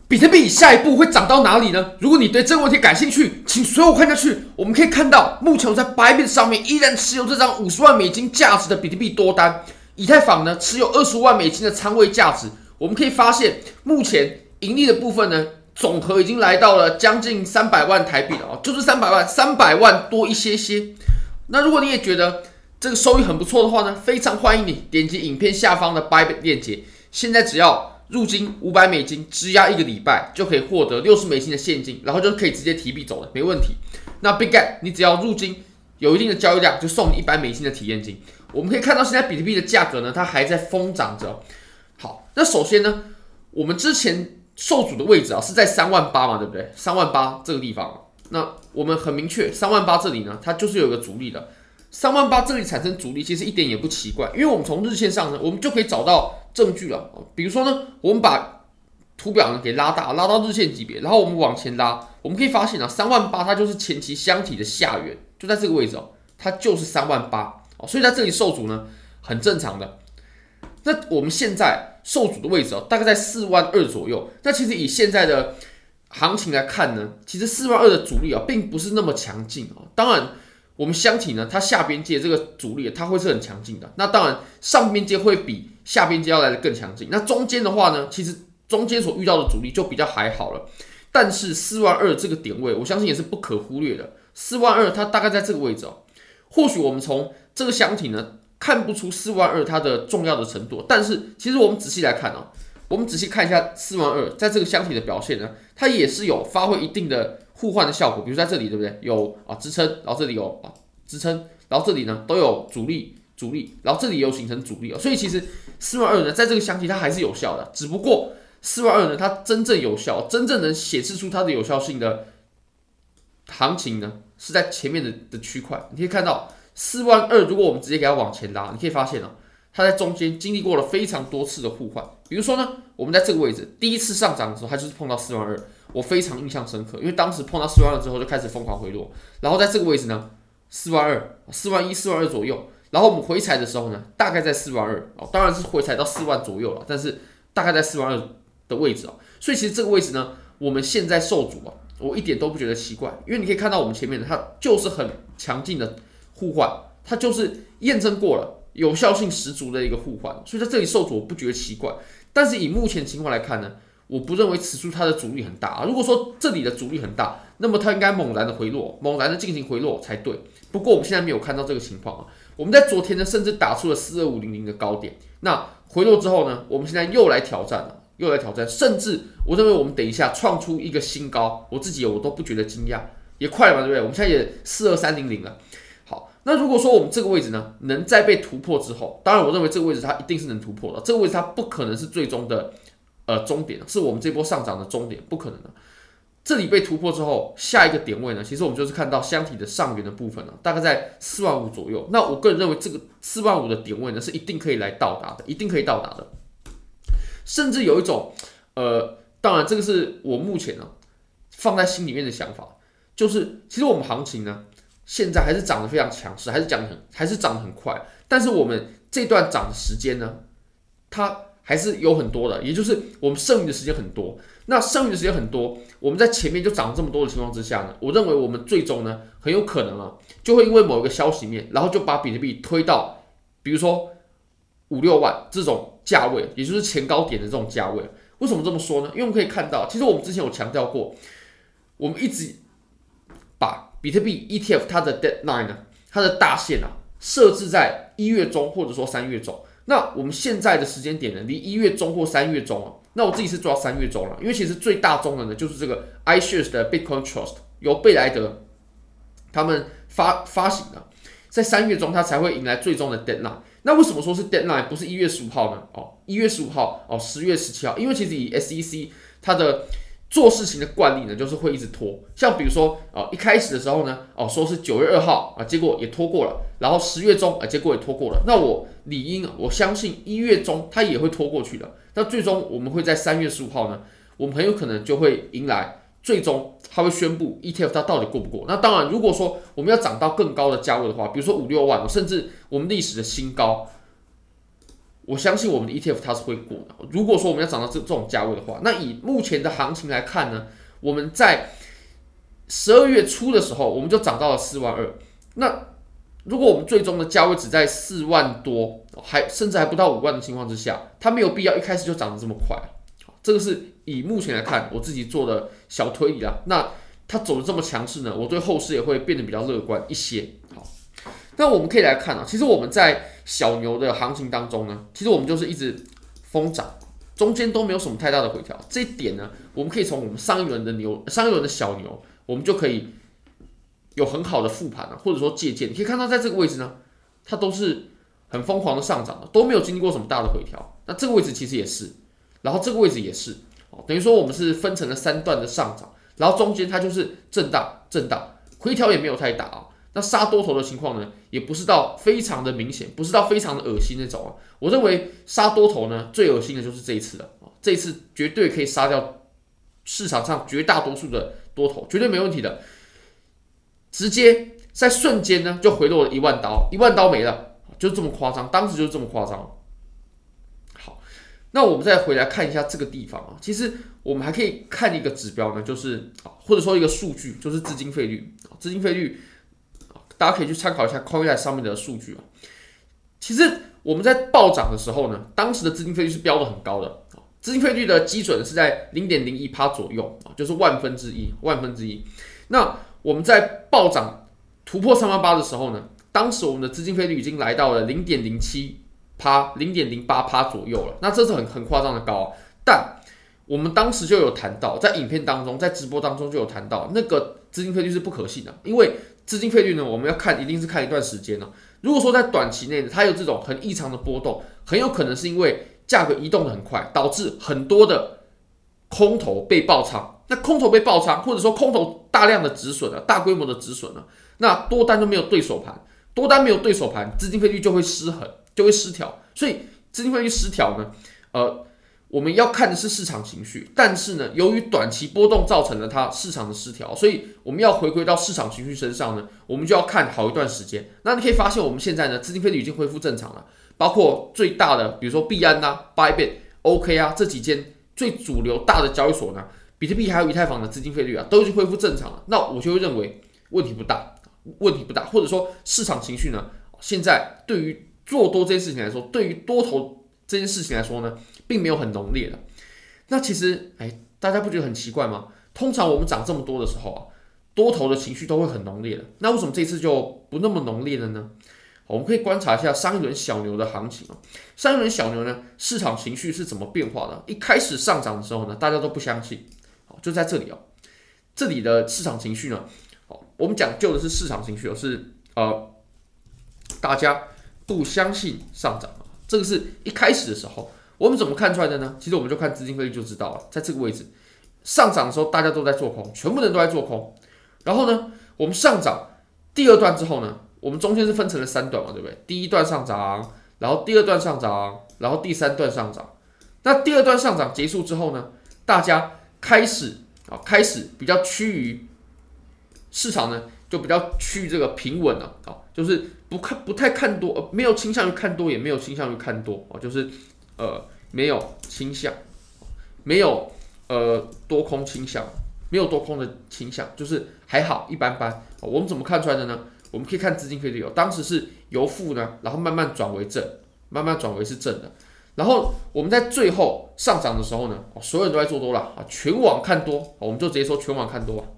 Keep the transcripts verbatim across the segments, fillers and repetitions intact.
比特币下一步会涨到哪里呢？如果你对这个问题感兴趣，请随我看下去。我们可以看到，目前我在 Bybit 上面依然持有这张五十万美金价值的比特币多单，以太坊呢持有二十五万美金的仓位价值。我们可以发现，目前盈利的部分呢，总和已经来到了将近三百万台币了哦，就是三百万，三百万多一些些。那如果你也觉得这个收益很不错的话呢，非常欢迎你点击影片下方的 Bybit 链接，现在只要入金五百美金，质押一个礼拜就可以获得六十美金的现金，然后就可以直接提币走了，没问题。那 BitGet 你只要入金有一定的交易量，就送你一百美金的体验金。我们可以看到现在比特币的价格呢，它还在疯涨着。好，那首先呢，我们之前受阻的位置啊是在三万八嘛，对不对？三万八这个地方，那我们很明确，三万八这里呢，它就是有一个阻力的。三万八这里产生阻力，其实一点也不奇怪，因为我们从日线上呢，我们就可以找到证据了。比如说呢，我们把图表呢给拉大，拉到日线级别，然后我们往前拉，我们可以发现啊，三万八它就是前期箱体的下缘，就在这个位置哦，它就是三万八哦，所以在这里受阻呢，很正常的。那我们现在受阻的位置哦，大概在四万二左右。那其实以现在的行情来看呢，其实四万二的阻力啊，并不是那么强劲哦。当然。我们箱体呢，它下边界这个阻力它会是很强劲的。那当然，上边界会比下边界要来的更强劲。那中间的话呢，其实中间所遇到的阻力就比较还好了。但是四万二这个点位，我相信也是不可忽略的。四万二它大概在这个位置哦。或许我们从这个箱体呢看不出四万二它的重要的程度，但是其实我们仔细来看哦，我们仔细看一下四万二在这个箱体的表现呢，它也是有发挥一定的互换的效果，比如在这里对不对？有啊支撑，然后这里有啊支撑，然后这里呢都有阻力，阻力，然后这里也有形成阻力哦。所以其实四万二呢，在这个箱体它还是有效的，只不过四万二呢，它真正有效，真正能显示出它的有效性的行情呢，是在前面的的区块。你可以看到四万二，如果我们直接给它往前拉，你可以发现哦，它在中间经历过了非常多次的互换。比如说呢，我们在这个位置第一次上涨的时候，它就是碰到四万二。我非常印象深刻，因为当时碰到四万二之后就开始疯狂回落，然后在这个位置呢，四万二、四万一、四万二左右，然后我们回踩的时候呢，大概在四万二哦，当然是回踩到四万左右了，但是大概在四万二的位置哦，所以其实这个位置呢，我们现在受阻啊，我一点都不觉得奇怪，因为你可以看到我们前面的它就是很强劲的互换，它就是验证过了有效性十足的一个互换，所以在这里受阻我不觉得奇怪，但是以目前情况来看呢。我不认为此处它的阻力很大、啊。如果说这里的阻力很大，那么它应该猛然的回落，猛然的进行回落才对。不过我们现在没有看到这个情况啊。我们在昨天呢，甚至打出了四二五零零的高点。那回落之后呢，我们现在又来挑战了，又来挑战，甚至我认为我们等一下创出一个新高，我自己我都不觉得惊讶，也快了嘛，对不对？我们现在也四二三零零了。好，那如果说我们这个位置呢，能再被突破之后，当然我认为这个位置它一定是能突破的，这个位置它不可能是最终的。呃，终点是我们这波上涨的终点，不可能的。这里被突破之后，下一个点位呢，其实我们就是看到箱体的上缘的部分呢，大概在四万五左右。那我个人认为，这个四万五的点位呢，是一定可以来到达的，一定可以到达的。甚至有一种，呃，当然这个是我目前呢放在心里面的想法，就是其实我们行情呢，现在还是涨得非常强势，还是涨得很，还是涨得很快。但是我们这段涨的时间呢，它还是有很多的，也就是我们剩余的时间很多。那剩余的时间很多，我们在前面就涨这么多的情况之下呢，我认为我们最终呢，很有可能啊，就会因为某一个消息面，然后就把比特币推到，比如说五六万这种价位，也就是前高点的这种价位。为什么这么说呢？因为我们可以看到，其实我们之前有强调过，我们一直把比特币 E T F 它的 deadline 呢，它的大限啊，设置在一月中或者说三月中。那我们现在的时间点呢，离一月中或三月中啊，那我自己是抓三月中了，因为其实最大宗的呢，就是这个 iShares 的 Bitcoin Trust 由贝莱德他们发发行的，在三月中它才会迎来最终的 deadline。那为什么说是 deadline 不是一月十五号呢？哦，一月十五号哦，十月十七号，因为其实以 S E C 它的做事情的惯例呢，就是会一直拖。像比如说，哦，一开始的时候呢，哦，说是九月二号啊，结果也拖过了，然后十月中啊，结果也拖过了。那我理应我相信一月中它也会拖过去的。那最终我们会在三月十五号呢，我们很有可能就会迎来最终它会宣布 E T F 它到底过不过。那当然，如果说我们要涨到更高的价位的话，比如说五六万，甚至我们历史的新高。 我相信我们的 E T F 它是会过的。如果说我们要涨到这这种价位的话，那以目前的行情来看呢，我们在十二月初的时候，我们就涨到了四万二。那如果我们最终的价位只在四万多，还甚至还不到五万的情况之下，它没有必要一开始就涨得这么快。这个是以目前来看我自己做的小推理啦。那它走的这么强势呢，我对后市也会变得比较乐观一些。好，那我们可以来看啊，其实我们在小牛的行情当中呢，其实我们就是一直疯涨，中间都没有什么太大的回调。这一点呢，我们可以从我们上一轮的牛、上一轮的小牛，我们就可以有很好的复盘啊，或者说借鉴。你可以看到，在这个位置呢，它都是很疯狂的上涨的，都没有经历过什么大的回调。那这个位置其实也是，然后这个位置也是，等于说我们是分成了三段的上涨，然后中间它就是震荡、震荡，回调也没有太大啊。那杀多头的情况呢，也不是到非常的明显，不是到非常的恶心那种啊。我认为杀多头呢，最恶心的就是这一次了，这一次绝对可以杀掉市场上绝大多数的多头，绝对没问题的。直接在瞬间呢就回落了一万刀，一万刀没了，就这么夸张，当时就是这么夸张。好，那我们再回来看一下这个地方啊，其实我们还可以看一个指标呢，就是或者说一个数据，就是资金费率，资金费率。大家可以去参考一下 Coindesk 上面的数据啊。其实我们在暴涨的时候呢，当时的资金费率是标的很高的，资金费率的基准是在 零点零一 左右，就是万分之一，万分之一。那我们在暴涨突破三万八的时候呢，当时我们的资金费率已经来到了 零点零七 零点零八 左右了。那这是很很夸张的高啊，但我们当时就有谈到，在影片当中，在直播当中就有谈到，那个资金费率是不可信的，因为资金费率呢，我们要看，一定是看一段时间呢。如果说在短期内它有这种很异常的波动，很有可能是因为价格移动的很快，导致很多的空头被爆仓。那空头被爆仓，或者说空头大量的止损了，大规模的止损了，那多单就没有对手盘，多单没有对手盘，资金费率就会失衡，就会失调。所以资金费率失调呢，呃。我们要看的是市场情绪，但是呢，由于短期波动造成了它市场的失调，所以我们要回归到市场情绪身上呢，我们就要看好一段时间。那你可以发现，我们现在呢，资金费率已经恢复正常了，包括最大的，比如说币安啊、Bybit、OK 啊这几间最主流大的交易所呢，比特币还有以太坊的资金费率啊，都已经恢复正常了。那我就会认为问题不大，问题不大，或者说市场情绪呢，现在对于做多这件事情来说，对于多头这件事情来说呢，并没有很浓烈的。那其实，哎，大家不觉得很奇怪吗？通常我们涨这么多的时候啊，多头的情绪都会很浓烈的。那为什么这次就不那么浓烈了呢？我们可以观察一下上一轮小牛的行情啊。上一轮小牛呢，市场情绪是怎么变化的？一开始上涨的时候呢，大家都不相信，就在这里哦。这里的市场情绪呢，我们讲究的是市场情绪，是呃，大家不相信上涨。这个是一开始的时候，我们怎么看出来的呢？其实我们就看资金费率就知道了，在这个位置上涨的时候，大家都在做空，全部人都在做空。然后呢，我们上涨第二段之后呢，我们中间是分成了三段嘛，对不对？第一段上涨，然后第二段上涨，然后第三段上涨。那第二段上涨结束之后呢，大家开始啊，开始比较趋于市场呢，就比较趋于这个平稳了啊，就是不看不太看多，呃，没有倾向于看多，也没有倾向于看多啊，就是呃没有倾向，没有呃多空倾向，没有多空的倾向，就是还好一般般。我们怎么看出来的呢？我们可以看资金费率哦，当时是由负呢，然后慢慢转为正，慢慢转为是正的。然后我们在最后上涨的时候呢，所有人都在做多了啊，全网看多，我们就直接说全网看多啊，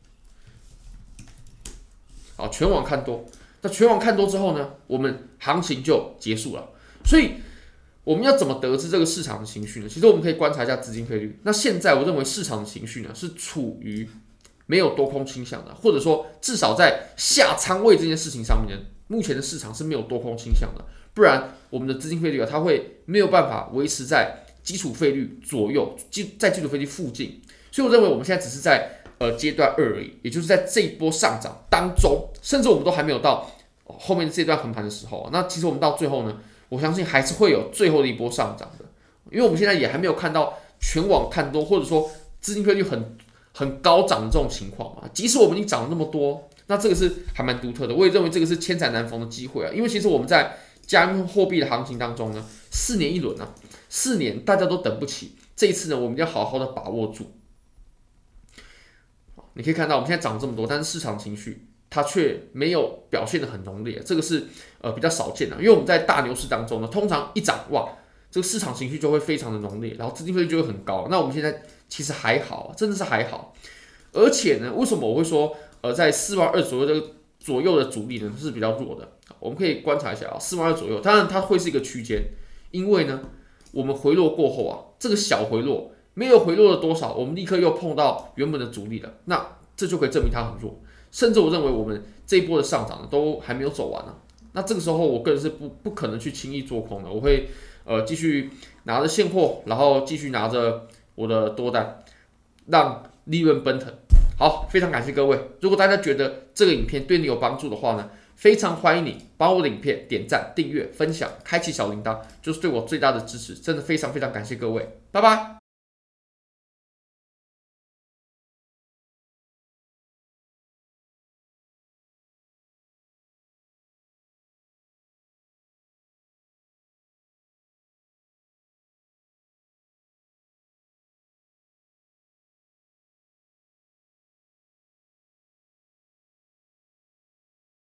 好，全网看多。那全网看多之后呢，我们行情就结束了。所以我们要怎么得知这个市场的情绪呢？其实我们可以观察一下资金费率。那现在我认为市场的情绪呢是处于没有多空倾向的，或者说至少在下仓位这件事情上面，目前的市场是没有多空倾向的。不然我们的资金费率啊，它会没有办法维持在基础费率左右，在基础费率附近。所以我认为我们现在只是在呃阶段二而已，也就是在这一波上涨当中，甚至我们都还没有到后面这段横盘的时候。那其实我们到最后呢，我相信还是会有最后的一波上涨的，因为我们现在也还没有看到全网看多，或者说资金费率很很高涨的这种情况嘛。即使我们已经涨了那么多，那这个是还蛮独特的。我也认为这个是千载难逢的机会啊，因为其实我们在加密货币的行情当中呢，四年一轮啊，四年大家都等不起，这一次呢，我们要好好的把握住。你可以看到我们现在涨这么多，但是市场情绪它却没有表现得很浓烈，这个是呃比较少见的，因为我们在大牛市当中呢，通常一涨哇，这个市场情绪就会非常的浓烈，然后资金费就会很高。那我们现在其实还好，真的是还好。而且呢，为什么我会说呃在四万二左右这个左右的阻力呢是比较弱的？我们可以观察一下啊，四万二左右，当然它会是一个区间，因为呢我们回落过后啊，这个小回落。没有回落了多少，我们立刻又碰到原本的阻力了，那这就可以证明它很弱。甚至我认为我们这一波的上涨呢，都还没有走完呢、啊。那这个时候，我个人是不不可能去轻易做空的，我会呃继续拿着现货，然后继续拿着我的多单，让利润奔腾。好，非常感谢各位。如果大家觉得这个影片对你有帮助的话呢，非常欢迎你帮我的影片点赞、订阅、分享、开启小铃铛，就是对我最大的支持。真的非常非常感谢各位，拜拜。